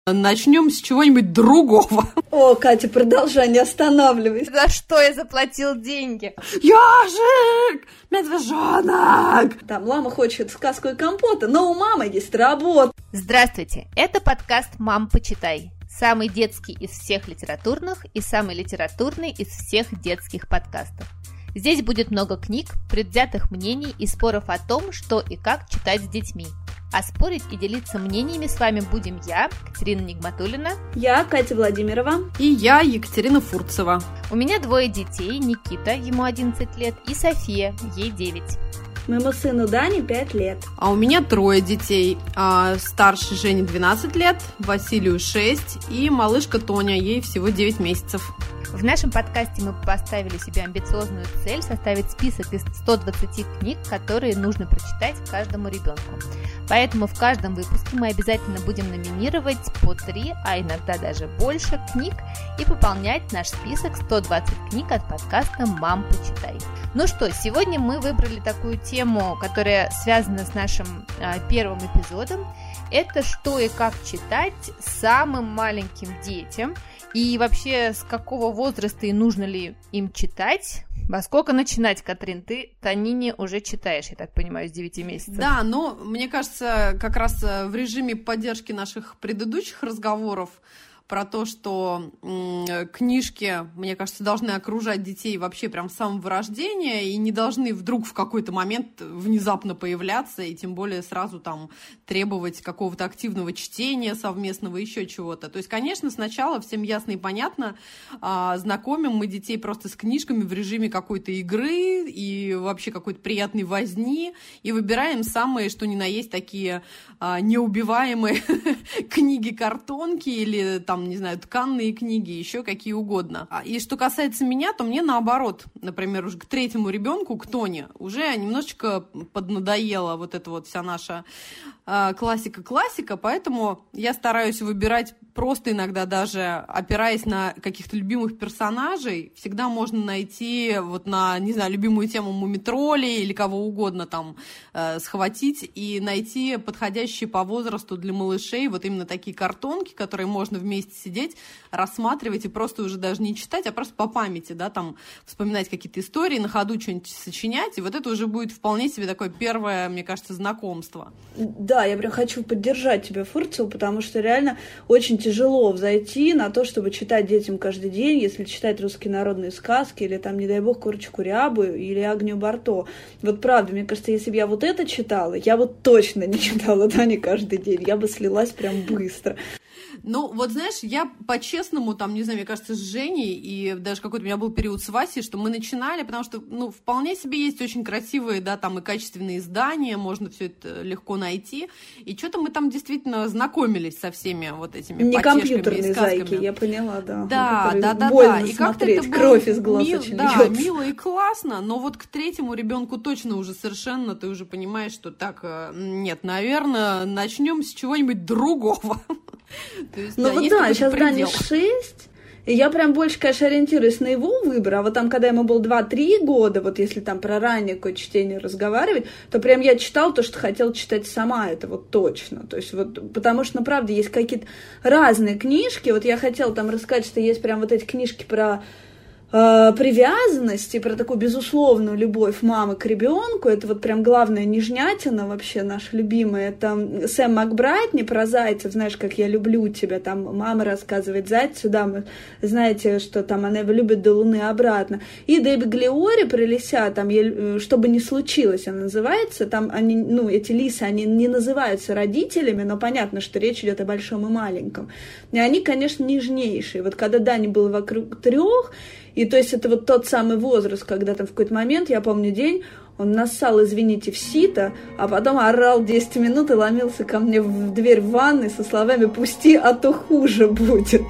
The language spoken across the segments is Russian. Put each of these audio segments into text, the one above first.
Начнем с чего-нибудь другого. О, Катя, продолжай, не останавливайся. За что я заплатил деньги? Ёжик! Медвежонок! Там лама хочет сказку и компота, но у мамы есть работа. Здравствуйте, это подкаст «Мам, почитай». Самый детский из всех литературных и самый литературный из всех детских подкастов. Здесь будет много книг, предвзятых мнений и споров о том, что и как читать с детьми. А спорить и делиться мнениями с вами будем я, Катерина Нигматуллина. Я, Катя Владимирова. И я, Екатерина Фурцева. У меня 2 детей, Никита, ему 11 лет, и София, ей 9. Моему сыну Дане 5 лет. А у меня 3 детей. Старшей Жене 12 лет, Василию 6 и малышка Тоня, ей всего 9 месяцев. В нашем подкасте мы поставили себе амбициозную цель составить список из 120 книг, которые нужно прочитать каждому ребенку. Поэтому в каждом выпуске мы обязательно будем номинировать по 3, а иногда даже больше книг и пополнять наш список 120 книг от подкаста «Мам, почитай». Ну что, сегодня мы выбрали такую тему, которая связана с нашим первым эпизодом. Это что и как читать самым маленьким детям. И вообще, с какого возраста и нужно ли им читать? Во сколько начинать, Катрин? Ты Танине уже читаешь, я так понимаю, с 9 месяцев. Да, но мне кажется, как раз в режиме поддержки наших предыдущих разговоров про то, что книжки, мне кажется, должны окружать детей вообще прям с самого рождения и не должны вдруг в какой-то момент внезапно появляться и тем более сразу там требовать какого-то активного чтения совместного, еще чего-то. То есть, конечно, сначала всем ясно и понятно, знакомим мы детей просто с книжками в режиме какой-то игры и вообще какой-то приятной возни и выбираем самые, что ни на есть, такие неубиваемые книги-картонки или там, не знаю, тканные книги, еще какие угодно. И что касается меня, то мне наоборот, например, уже к 3-му ребенку, к Тоне, уже немножечко поднадоела вот эта вот вся наша классика-классика, поэтому я стараюсь выбирать просто иногда даже, опираясь на каких-то любимых персонажей, всегда можно найти вот на, не знаю, любимую тему Мумитроли или кого угодно там схватить и найти подходящие по возрасту для малышей вот именно такие картонки, которые можно вместе сидеть, рассматривать и просто уже даже не читать, а просто по памяти, да, там вспоминать какие-то истории, на ходу что-нибудь сочинять, и вот это уже будет вполне себе такое первое, мне кажется, знакомство. Да, я прям хочу поддержать тебя, Фурцева, потому что реально очень тяжело взойти на то, чтобы читать детям каждый день, если читать русские народные сказки или там, не дай бог, Курочку Рябу или Агнию Барто. Вот правда, мне кажется, если бы я вот это читала, я вот точно не читала, да, не каждый день, я бы слилась прям быстро. Ну, вот знаешь, я по-честному, там, не знаю, мне кажется, с Женей, и даже какой-то у меня был период с Васей, что мы начинали, потому что, ну, вполне себе есть очень красивые, да, там, и качественные издания, можно все это легко найти, и что-то мы там действительно знакомились со всеми вот этими не потешками компьютерные и сказками. Зайки, я поняла, да. Да. И как-то это было кровь из глаз очень да, мило и классно, но вот к 3-му ребенку точно уже совершенно ты уже понимаешь, что так, нет, наверное, начнем с чего-нибудь другого. Есть, ну вот да, сейчас Дане 6, и я прям больше, конечно, ориентируюсь на его выбор, а вот там, когда ему было 2-3 года, вот если там про раннее какое-то чтение разговаривать, то прям я читала то, что хотела читать сама, это вот точно, то есть вот, потому что, ну, правда, есть какие-то разные книжки, вот я хотела там рассказать, что есть прям вот эти книжки про привязанность и про такую безусловную любовь мамы к ребенку. Это вот прям главная нежнятина вообще наша любимая. Это Сэм Макбрайтни про зайцев, знаешь, как я люблю тебя, там мама рассказывает зайцу, да, мы, знаете, что там она его любит до луны обратно. И Дебби Глиори про лися, там, что бы ни случилось, она называется, там они, ну, эти лисы, они не называются родителями, но понятно, что речь идет о большом и маленьком. И они, конечно, нежнейшие. Вот когда Дани было вокруг 3, и то есть это вот тот самый возраст, когда там в какой-то момент, я помню день, он нассал, извините, в сито, а потом орал 10 минут и ломился ко мне в дверь в ванной со словами «пусти, а то хуже будет».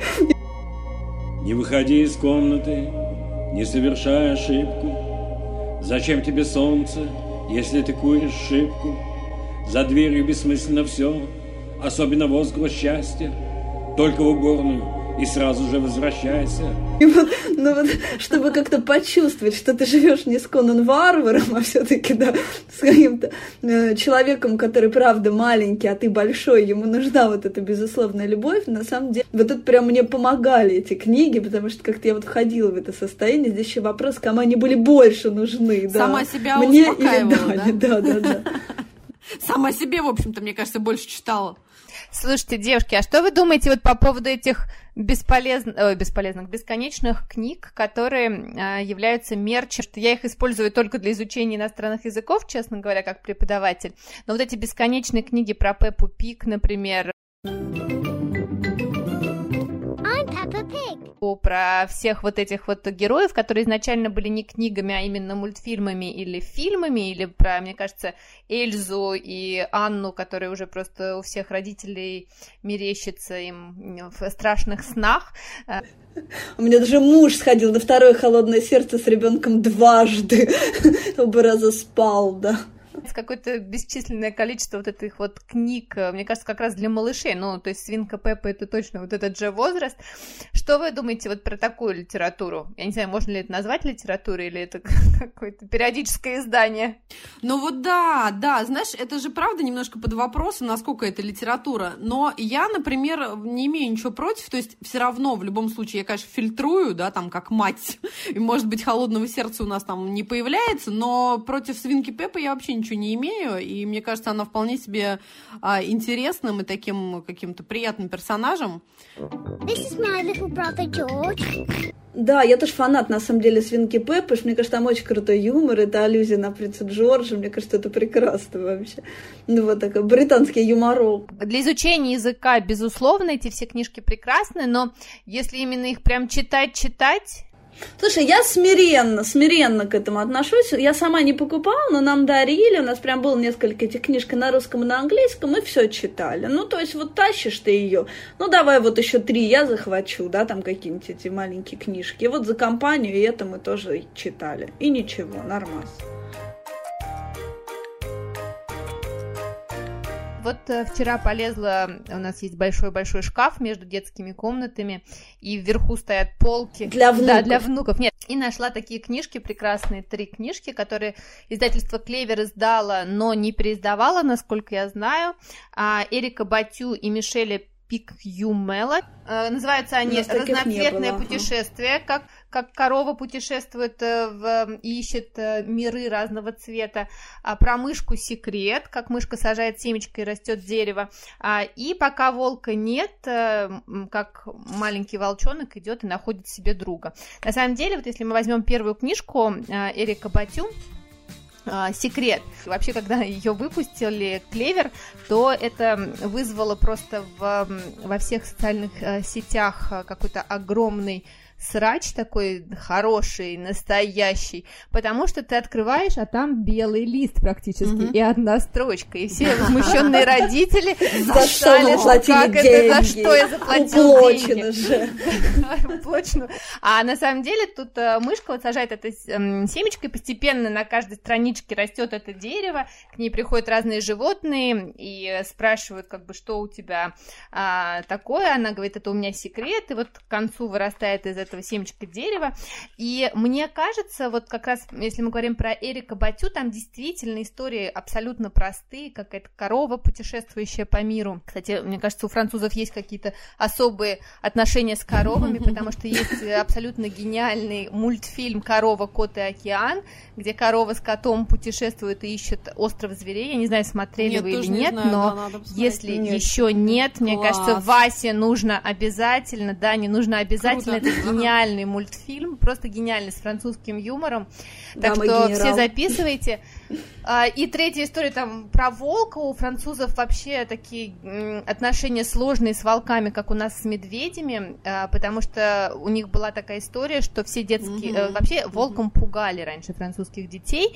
Не выходи из комнаты, не совершай ошибку. Зачем тебе солнце, если ты куришь шибку? За дверью бессмысленно все, особенно возглас счастья. Только в уборную и сразу же возвращайся. И вот, ну вот, чтобы как-то почувствовать, что ты живешь не с Конан Варваром, а все-таки, да, с каким-то человеком, который, правда, маленький, а ты большой, ему нужна вот эта безусловная любовь. На самом деле, вот это прям мне помогали эти книги, потому что как-то я вот входила в это состояние. Здесь еще вопрос, кому они были больше нужны. Да. Сама себя мне успокаивала, или да? Сама себе, в общем-то, мне кажется, больше читала. Слушайте, девушки, а что вы думаете вот по поводу этих бесконечных книг, которые являются мерчем? Что я их использую только для изучения иностранных языков, честно говоря, как преподаватель. Но вот эти бесконечные книги про Пеппу Пиг, например, про всех вот этих вот героев, которые изначально были не книгами, а именно мультфильмами или фильмами, или про, мне кажется, Эльзу и Анну, которые уже просто у всех родителей мерещится им в страшных снах. У меня даже муж сходил на второе «Холодное сердце» с ребенком дважды, оба раза спал, да. Какое-то бесчисленное количество вот этих вот книг, мне кажется, как раз для малышей, ну, то есть «Свинка Пеппа» — это точно вот этот же возраст. Что вы думаете вот про такую литературу? Я не знаю, можно ли это назвать литературой, или это какое-то периодическое издание? Ну вот да, знаешь, это же правда немножко под вопросом, насколько это литература, но я, например, не имею ничего против, то есть все равно в любом случае я, конечно, фильтрую, да, там, как мать, и, может быть, «Холодного сердца» у нас там не появляется, но против «Свинки Пеппы» я вообще ничего не имею, и мне кажется, она вполне себе интересным и таким каким-то приятным персонажем. This is my little brother George. Да, я тоже фанат, на самом деле, «Свинки Пеппы», потому что, мне кажется, там очень крутой юмор, это аллюзия на принца Джорджа, мне кажется, это прекрасно вообще. Ну, вот такой британский юморок. Для изучения языка, безусловно, эти все книжки прекрасны, но если именно их прям читать... Слушай, я смиренно к этому отношусь. Я сама не покупала, но нам дарили. У нас прям было несколько этих книжек на русском и на английском, и все читали. Ну, то есть, вот тащишь ты ее. Ну, давай вот еще 3 я захвачу, да, там какие-нибудь эти маленькие книжки. И вот за компанию и это мы тоже читали. И ничего, нормально. Вот вчера полезла, у нас есть большой-большой шкаф между детскими комнатами, и вверху стоят полки. Для внуков. Да, для внуков. Нет, и нашла такие книжки прекрасные, 3 книжки, которые издательство «Клевер» издало, но не переиздавало, насколько я знаю. Эрика Батю и Мишеля Пикьюмела. Называются они «Разноцветное путешествие», как корова путешествует и ищет миры разного цвета, про мышку «Секрет», как мышка сажает семечко и растет дерево, и «Пока волка нет», как маленький волчонок идет и находит себе друга. На самом деле, вот если мы возьмем первую книжку Эрика Батю, «Секрет». Вообще, когда ее выпустили «Клевер», то это вызвало просто во всех социальных сетях какой-то огромный срач такой хороший, настоящий, потому что ты открываешь, а там белый лист практически, и одна строчка, и все возмущенные родители зашали, как это, за что я заплатил деньги. Уплочено. А на самом деле тут мышка вот сажает это семечко, и постепенно на каждой страничке растет это дерево, к ней приходят разные животные и спрашивают, как бы, что у тебя такое, она говорит, это у меня секрет, и вот к концу вырастает из этого семечка дерева, и мне кажется, вот как раз, если мы говорим про Эрика Батю, там действительно истории абсолютно простые, какая-то корова, путешествующая по миру. Кстати, мне кажется, у французов есть какие-то особые отношения с коровами, потому что есть абсолютно гениальный мультфильм «Корова, кот и океан», где корова с котом путешествует и ищет остров зверей. Я не знаю, смотрели вы или нет, но если еще нет, мне кажется, Васе нужно обязательно, да, не нужно обязательно, это гениальный мультфильм, просто гениальный, с французским юмором, так что все записывайте. И третья история там про волка. У французов вообще такие отношения сложные с волками, как у нас с медведями, потому что у них была такая история, что все детские... Вообще волком пугали раньше французских детей,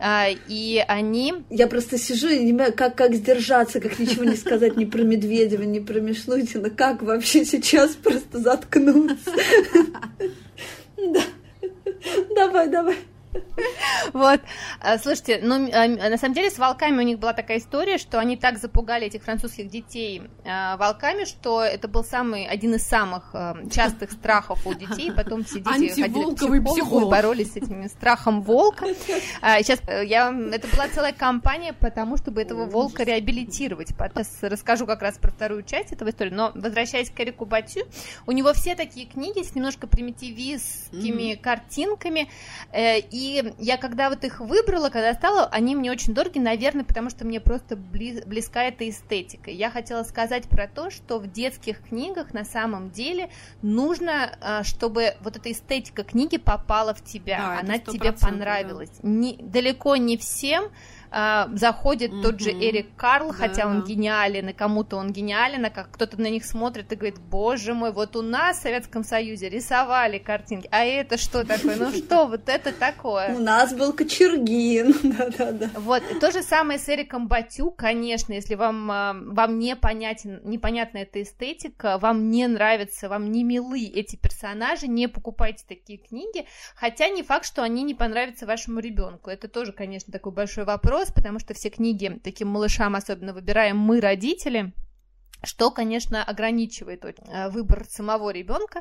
и они... Я просто сижу и не понимаю, как сдержаться, как ничего не сказать ни про Медведева, ни про Мишнутина, как вообще сейчас просто заткнуться. Да. Давай. Вот, слушайте, ну, на самом деле с волками у них была такая история, что они так запугали этих французских детей волками, что это был один из самых частых страхов у детей, потом все дети ходили к психологу и боролись с этим страхом волка. Сейчас это была целая кампания по тому, чтобы этого волка реабилитировать. Сейчас расскажу как раз про вторую часть этого истории, но возвращаясь к Эрику Батью, у него все такие книги с немножко примитивистскими картинками, и я когда вот их выбрала, когда стала, они мне очень дороги, наверное, потому что мне просто близка эта эстетика. Я хотела сказать про то, что в детских книгах на самом деле нужно, чтобы вот эта эстетика книги попала в тебя, да, она тебе понравилась. Да. Далеко не всем заходит тот же Эрик Карл, хотя он гениален, и кому-то он гениален, а как кто-то на них смотрит и говорит: боже мой, вот у нас в Советском Союзе рисовали картинки, а это что такое? Ну что, вот это такое? У нас был Кочергин, да-да-да. Вот, то же самое с Эриком Батью, конечно, если вам непонятна эта эстетика, вам не нравится, вам не милы эти персонажи, не покупайте такие книги, хотя не факт, что они не понравятся вашему ребенку. Это тоже, конечно, такой большой вопрос, потому что все книги таким малышам особенно выбираем мы, родители, что, конечно, ограничивает выбор самого ребенка.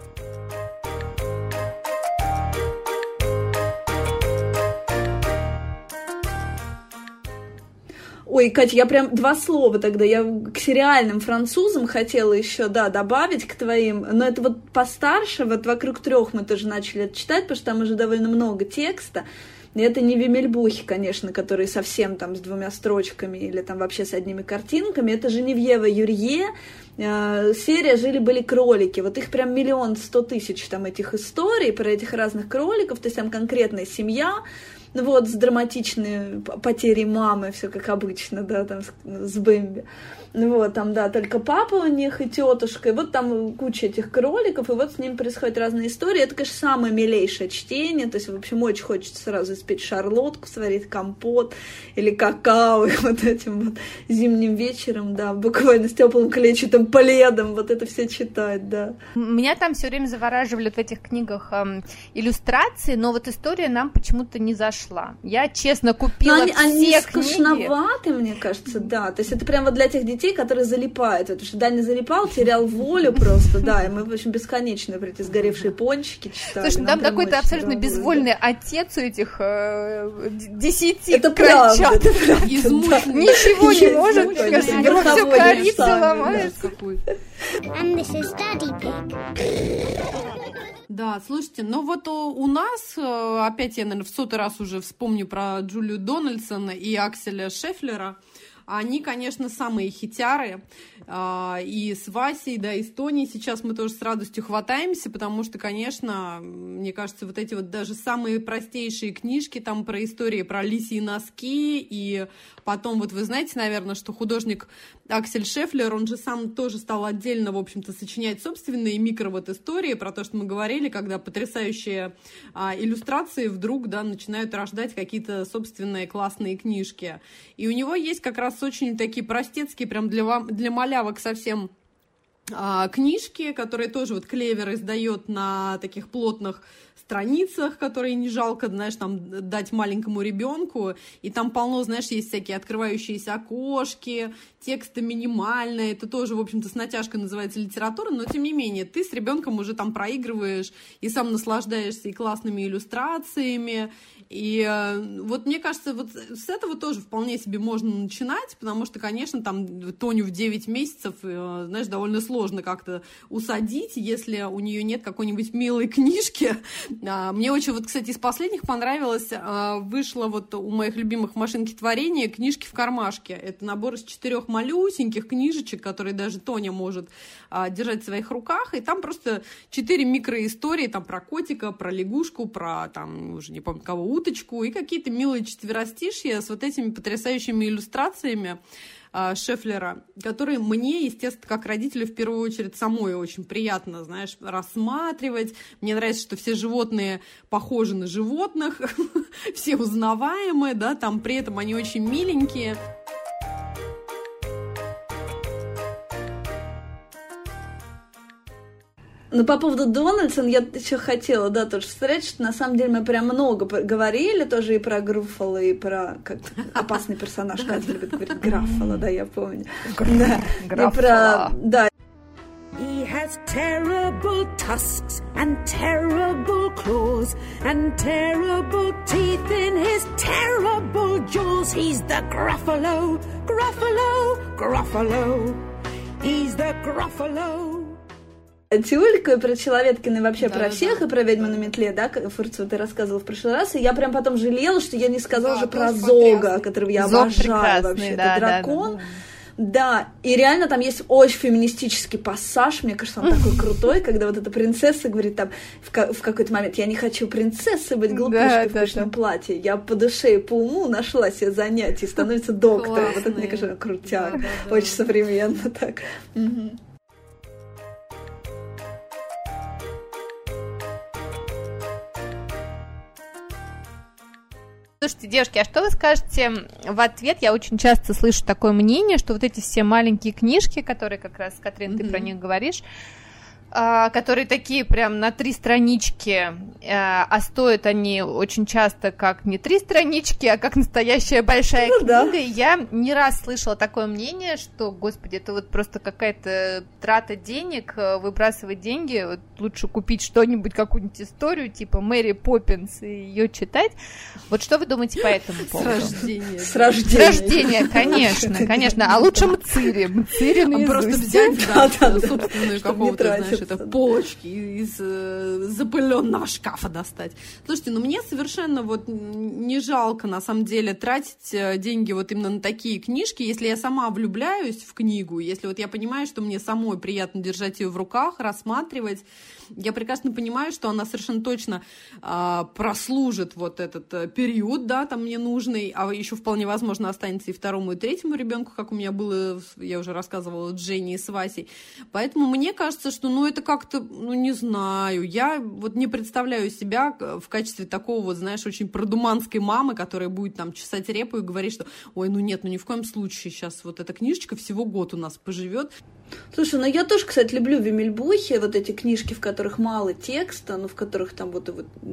Ой, Катя, я прям 2 слова тогда, я к сериальным французам хотела еще, добавить к твоим, но это вот постарше, вот «Вокруг трех» мы тоже начали это читать, потому что там уже довольно много текста. И это не Вимельбухи, конечно, которые совсем там с 2 строчками или там вообще с одними картинками. Это Женевьева Юрье, серия «Жили-были кролики». Вот их прям 1 100 000 там этих историй про этих разных кроликов. То есть там конкретная семья, вот, с драматичной потерей мамы, все как обычно, да, там с Бэмби. Вот, там, да, только папа у них и тетушка, и вот там куча этих кроликов, и вот с ними происходят разные истории. Это, конечно, самое милейшее чтение, то есть, в общем, очень хочется сразу испечь шарлотку, сварить компот или какао, и вот этим вот зимним вечером, да, буквально с теплым клетчатым пледом, вот это все читать, да. Меня там все время завораживали в этих книгах иллюстрации, но вот история нам почему-то не зашла. Я, честно, купила все они книги. Скучноваты, мне кажется, да, то есть это прямо для тех детей, которые залипают, потому что Даня залипал, терял волю просто, да, и мы, в общем, бесконечно про эти сгоревшие пончики читали. Слушай, там какой-то абсолютно безвольный отец у этих 10 это правда, это правда, ничего не может, мне кажется, у него все корица ломается. Да, слушайте, ну вот у нас, опять я, наверное, в 100-й раз уже вспомню про Джулию Дональдсон и Акселя Шефлера. Они, конечно, самые хитяры, и с Васей, да, и с Тоней сейчас мы тоже с радостью хватаемся, потому что, конечно, мне кажется, вот эти вот даже самые простейшие книжки там про истории про лисьи носки, и потом вот вы знаете, наверное, что художник Аксель Шефлер, он же сам тоже стал отдельно, в общем-то, сочинять собственные микро-вот-истории про то, что мы говорили, когда потрясающие иллюстрации вдруг, да, начинают рождать какие-то собственные классные книжки. И у него есть как раз очень такие простецкие, прям для малявок совсем книжки, которые тоже вот Клевер издает на таких плотных страницах, которые не жалко, знаешь, там дать маленькому ребенку, и там полно, знаешь, есть всякие открывающиеся окошки, тексты минимальные, это тоже, в общем-то, с натяжкой называется литература, но, тем не менее, ты с ребенком уже там проигрываешь и сам наслаждаешься и классными иллюстрациями, и вот мне кажется, вот с этого тоже вполне себе можно начинать, потому что, конечно, там Тоню в 9 месяцев, знаешь, довольно сложно как-то усадить, если у нее нет какой-нибудь милой книжки. Мне очень, вот, кстати, из последних понравилось, вышло вот у моих любимых машинки творения «Книжки в кармашке». Это набор из 4 малюсеньких книжечек, которые даже Тоня может держать в своих руках, и там просто 4 микроистории, там про котика, про лягушку, про, там, уже не помню кого, уточку, и какие-то милые четверостишья с вот этими потрясающими иллюстрациями Шефлера, которые мне, естественно, как родителю, в первую очередь, самой очень приятно, знаешь, рассматривать. Мне нравится, что все животные похожи на животных, все узнаваемые, да, там при этом они очень миленькие. Ну, по поводу Дональдсона я еще хотела, да, тоже встретить, что на самом деле мы прям много говорили тоже и про Груффало, и про как опасный персонаж, Катя любит говорить Граффало, да, я помню. Да, и про, да. He has terrible tusks and terrible claws and terrible teeth in his terrible jaws. He's the Gruffalo, Gruffalo, Gruffalo. He's the Gruffalo. Тюлька, и про Человеткина, и вообще про всех, и про Ведьму на метле, да, Фурцева ты рассказывала в прошлый раз, и я прям потом жалела, что я не сказала же про Зога, которого я обожаю вообще, это дракон. Да, и реально там есть очень феминистический пассаж, мне кажется, он такой крутой, когда вот эта принцесса говорит там в какой-то момент: я не хочу принцессой быть, глупышкой в пышном платье, я по душе и по уму нашла себе занятие, и становится доктором. Вот это, мне кажется, крутяк, очень современно так. Слушайте, девушки, а что вы скажете в ответ? Я очень часто слышу такое мнение, что вот эти все маленькие книжки, которые как раз, Катрин, ты про них говоришь, которые такие прям на 3 странички, а стоят они очень часто как не 3 странички, а как настоящая большая книга. Да. И я не раз слышала такое мнение, что, господи, это вот просто какая-то трата денег, выбрасывать деньги, вот лучше купить что-нибудь, какую-нибудь историю, типа Мэри Поппинс, и ее читать. Вот что вы думаете по этому поводу? С рождения, конечно. А лучше Мцири наизусть. Просто взять, собственную какого-то, знаешь, это полочки из запыленного шкафа достать. Слушайте, ну мне совершенно вот не жалко, на самом деле, тратить деньги вот именно на такие книжки, если я сама влюбляюсь в книгу, если вот я понимаю, что мне самой приятно держать ее в руках, рассматривать, я прекрасно понимаю, что она совершенно точно прослужит вот этот период, да, там мне нужный, а еще вполне возможно останется и 2-му, и 3-му ребенку, как у меня было, я уже рассказывала, с Женей и с Васей. Поэтому мне кажется, что, ну, это как-то, ну, не знаю, я вот не представляю себя в качестве такого вот, знаешь, очень продуманской мамы, которая будет там чесать репу и говорить, что, ой, ну нет, ну ни в коем случае сейчас вот эта книжечка всего год у нас поживет. Слушай, ну я тоже, кстати, люблю Вимельбухи, вот эти книжки, в которых мало текста, но в которых там вот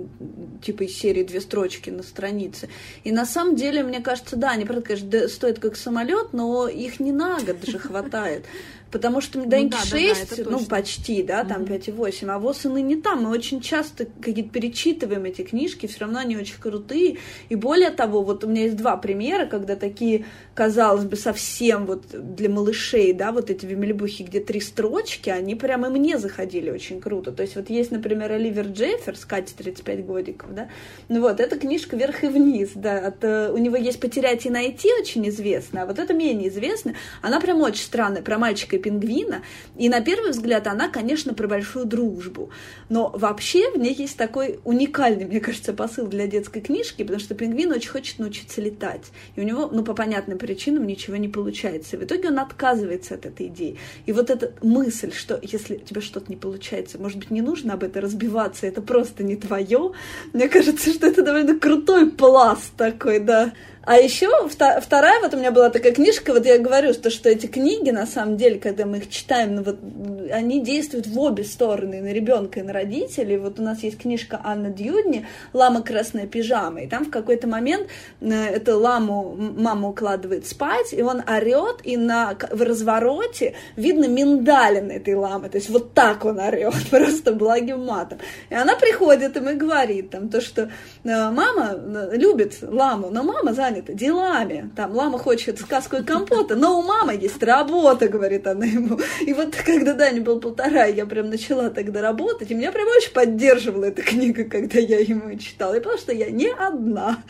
типа из серии 2 строчки на странице. И на самом деле, мне кажется, да, они, правда, конечно, стоят как самолет, но их не на год же хватает. Потому что Меданьки 6, ну, почти, да, там 5,8, а ВОС и ныне там. Мы очень часто какие-то перечитываем эти книжки, все равно они очень крутые. И более того, вот у меня есть 2 примера, когда такие, казалось бы, совсем вот для малышей, да, вот эти Вимельбухи, где 3 строчки, они прямо и мне заходили очень круто. То есть вот есть, например, Оливер Джефферс, Кате 35 годиков, да, ну вот, эта книжка «Вверх и вниз», да, у него есть «Потерять и найти», очень известная, а вот это менее известная, она прям очень странная, про мальчика и пингвина, и на первый взгляд она, конечно, про большую дружбу, но вообще в ней есть такой уникальный, мне кажется, посыл для детской книжки, потому что пингвин очень хочет научиться летать, и у него, ну, по понятным причинам ничего не получается, и в итоге он отказывается от этой идеи, и вот эта мысль, что если у тебя что-то не получается, может быть, не нужно об этом разбиваться, это просто не твое, мне кажется, что это довольно крутой пласт такой, да. А еще вторая, вот у меня была такая книжка, вот я говорю, что эти книги, на самом деле, когда мы их читаем, ну, вот, они действуют в обе стороны, и на ребенка, и на родителей. Вот у нас есть книжка Анны Дьюдни «Лама красная пижама», и там в какой-то момент эту ламу мама укладывает спать, и он орет, и в развороте видно миндалины этой ламы, то есть вот так он орет, просто благим матом. И она приходит им и говорит там то, что мама любит ламу, но мама занята делами. Там лама хочет сказку и компота, но у мамы есть работа, говорит она ему. И вот когда Дане был 1,5, я прям начала тогда работать, и меня прям очень поддерживала эта книга, когда я ему читала. И потому что я не одна.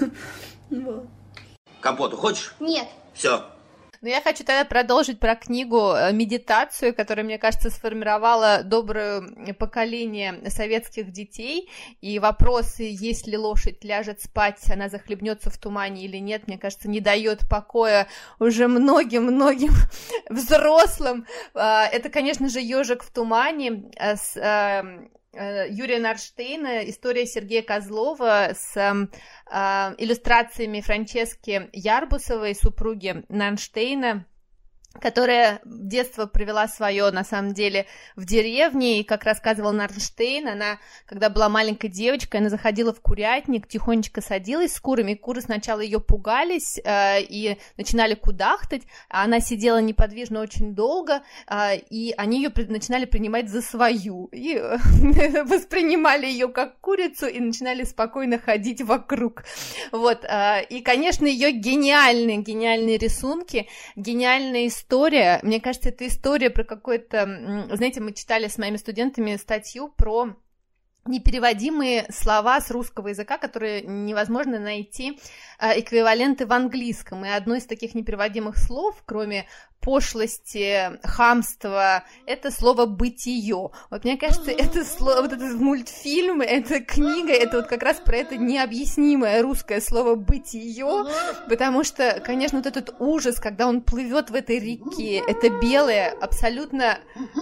Компоту хочешь? Нет. Все. Но я хочу тогда продолжить про книгу «Медитацию», которая, мне кажется, сформировала доброе поколение советских детей. И вопросы, если лошадь ляжет спать, она захлебнется в тумане или нет, мне кажется, не дает покоя уже многим-многим взрослым. Это, конечно же, «Ежик в тумане» с Юрия Нарштейна, история Сергея Козлова с иллюстрациями Франчески Ярбусовой, супруги Нарштейна. которая детство провела свое, на самом деле, в деревне, и, как рассказывал Нарнштейн, она, когда была маленькой девочкой, она заходила в курятник, тихонечко садилась с курами, куры сначала ее пугались и начинали кудахтать, а она сидела неподвижно очень долго, и они ее начинали принимать за свою, и воспринимали ее как курицу, и начинали спокойно ходить вокруг, вот, и, конечно, ее гениальные рисунки, гениальные история. Мне кажется, это история про какой-то... Знаете, мы читали с моими студентами статью про непереводимые слова с русского языка, которые невозможно найти эквиваленты в английском. И одно из таких непереводимых слов, кроме пошлости, хамства, это слово «бытие». Вот мне кажется, это слово, вот этот мультфильм, эта книга, это вот как раз про это необъяснимое русское слово «бытие», потому что, конечно, вот этот ужас, когда он плывет в этой реке, это белая, абсолютно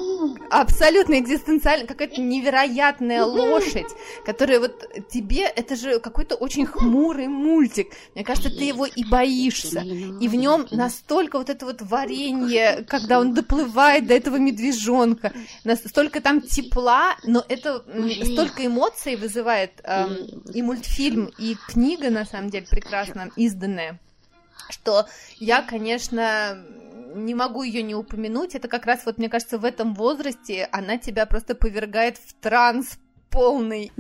экзистенциальная, какая-то невероятная лошадь, которая вот тебе, это же какой-то очень хмурый мультик, мне кажется, ты его и боишься, и в нем настолько вот это вот варенье, когда он доплывает до этого медвежонка, столько там тепла, но это столько эмоций вызывает и мультфильм, и книга, на самом деле, прекрасно изданная, что я, конечно, не могу ее не упомянуть. Это как раз, вот, мне кажется, в этом возрасте она тебя просто повергает в транс полный.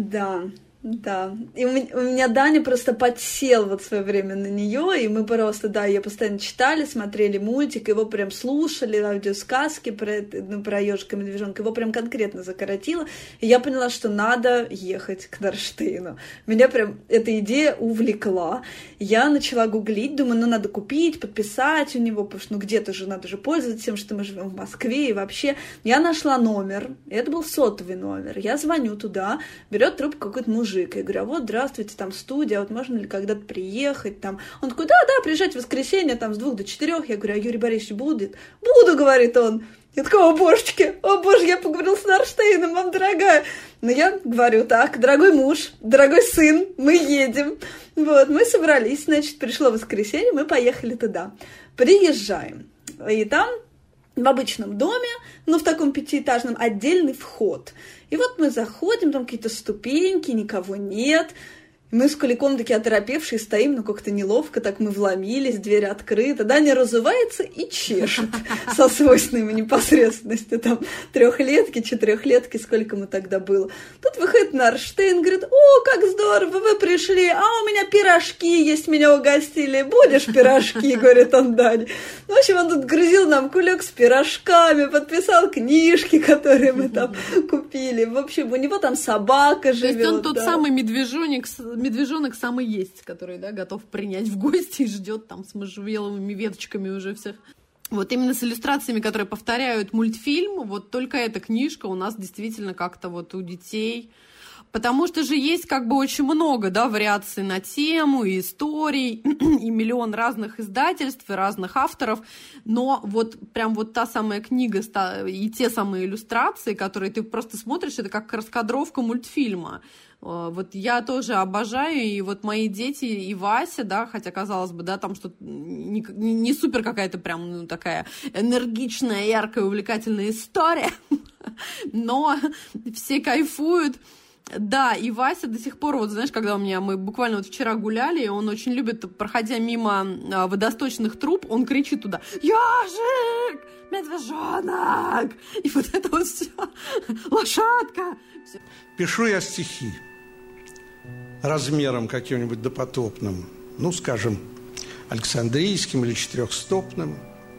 Да, и у меня Даня просто подсел вот в свое время на нее, и мы просто, ее постоянно читали, смотрели мультик, его прям слушали, аудиосказки про ежика и медвежонка, его прям конкретно закоротило, и я поняла, что надо ехать к Нарнштейну. Меня прям эта идея увлекла, я начала гуглить, думаю, надо купить, подписать у него, потому что где-то же надо же пользоваться тем, что мы живем в Москве, и вообще. Я нашла номер, и это был сотовый номер, я звоню туда, берет трубку какой-то мужик, я говорю, вот, здравствуйте, там студия, вот можно ли когда-то приехать, там. Он такой, да, приезжать в воскресенье, там, с 2 до 4. Я говорю, а Юрий Борисович будет? Буду, говорит он. Я такая, о боже, я поговорил с Нарнштейном, мам дорогая. Но я говорю, так, дорогой муж, дорогой сын, мы едем. Вот, мы собрались, значит, пришло воскресенье, мы поехали туда. Приезжаем, и там в обычном доме, но в таком 5-этажном, отдельный вход. И вот мы заходим, там какие-то ступеньки, никого нет. Мы с Куликом такие оторопевшие стоим, как-то неловко, так мы вломились, дверь открыта. Даня разувается и чешет со свойственной ему непосредственностью. Там 3-летки, 4-летки, сколько мы тогда было. Тут выходит Нарнштейн, говорит, о, как здорово, вы пришли, а у меня пирожки есть, меня угостили. Будешь пирожки, говорит он Дане. В общем, он тут грузил нам кулек с пирожками, подписал книжки, которые мы там купили. В общем, у него там собака живет. То есть он тот самый медвежонок самый есть, который, готов принять в гости и ждет там с можжевеловыми веточками уже всех. Вот именно с иллюстрациями, которые повторяют мультфильм, вот только эта книжка у нас действительно как-то вот у детей. Потому что же есть очень много, вариаций на тему, и историй, и миллион разных издательств, и разных авторов, но вот прям вот та самая книга и те самые иллюстрации, которые ты просто смотришь, это как раскадровка мультфильма. Вот я тоже обожаю, и вот мои дети, и Вася, хотя, казалось бы, там что-то не супер какая-то прям такая энергичная, яркая, увлекательная история, но все кайфуют. Да, и Вася до сих пор, вот знаешь, когда мы буквально вот вчера гуляли, и он очень любит, проходя мимо водосточных труб, он кричит туда: «Ёжик! Медвежонок!» И вот это вот все. Лошадка! Всё. Пишу я стихи размером каким-нибудь допотопным, скажем, Александрийским или четырехстопным,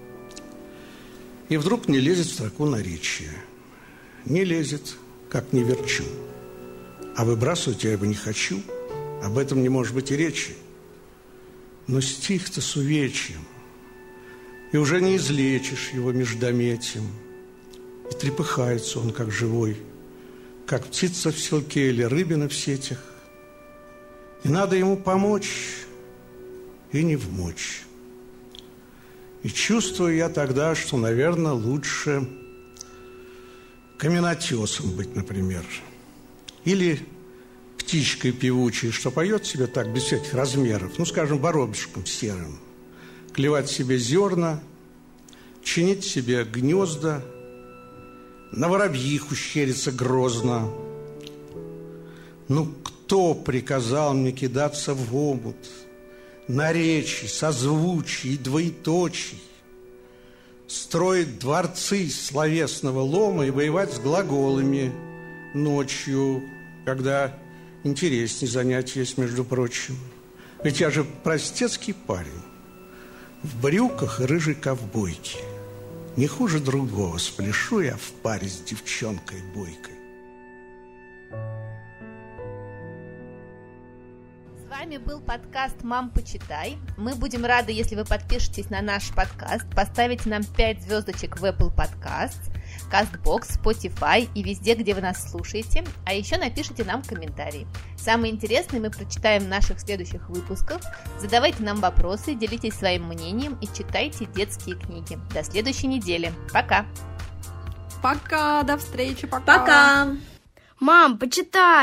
и вдруг не лезет в строку наречия. Не лезет, как не верчу. А выбрасывать я его не хочу, об этом не может быть и речи. Но стих-то с увечьем, и уже не излечишь его междометием. И трепыхается он, как живой, как птица в селке или рыбина в сетях. И надо ему помочь, и не вмочь. И чувствую я тогда, что, наверное, лучше каменотесом быть, например. Или птичкой певучей, что поет себе так, без всяких размеров, скажем, воробушком серым, клевать себе зерна, чинить себе гнезда, на воробьих ущериться грозно. Ну, кто приказал мне кидаться в омут наречий, созвучий и двоеточий, строить дворцы словесного лома и воевать с глаголами ночью, когда интереснее занятия есть, между прочим. Ведь я же простецкий парень, в брюках и рыжей ковбойке. Не хуже другого спляшу я в паре с девчонкой бойкой. С вами был подкаст «Мам, почитай». Мы будем рады, если вы подпишетесь на наш подкаст, поставите нам 5 звездочек в Apple Podcasts, CastBox, Spotify и везде, где вы нас слушаете, а еще напишите нам комментарии. Самые интересные мы прочитаем в наших следующих выпусках. Задавайте нам вопросы, делитесь своим мнением и читайте детские книги. До следующей недели. Пока! Пока, до встречи, пока! Пока! Мам, почитай!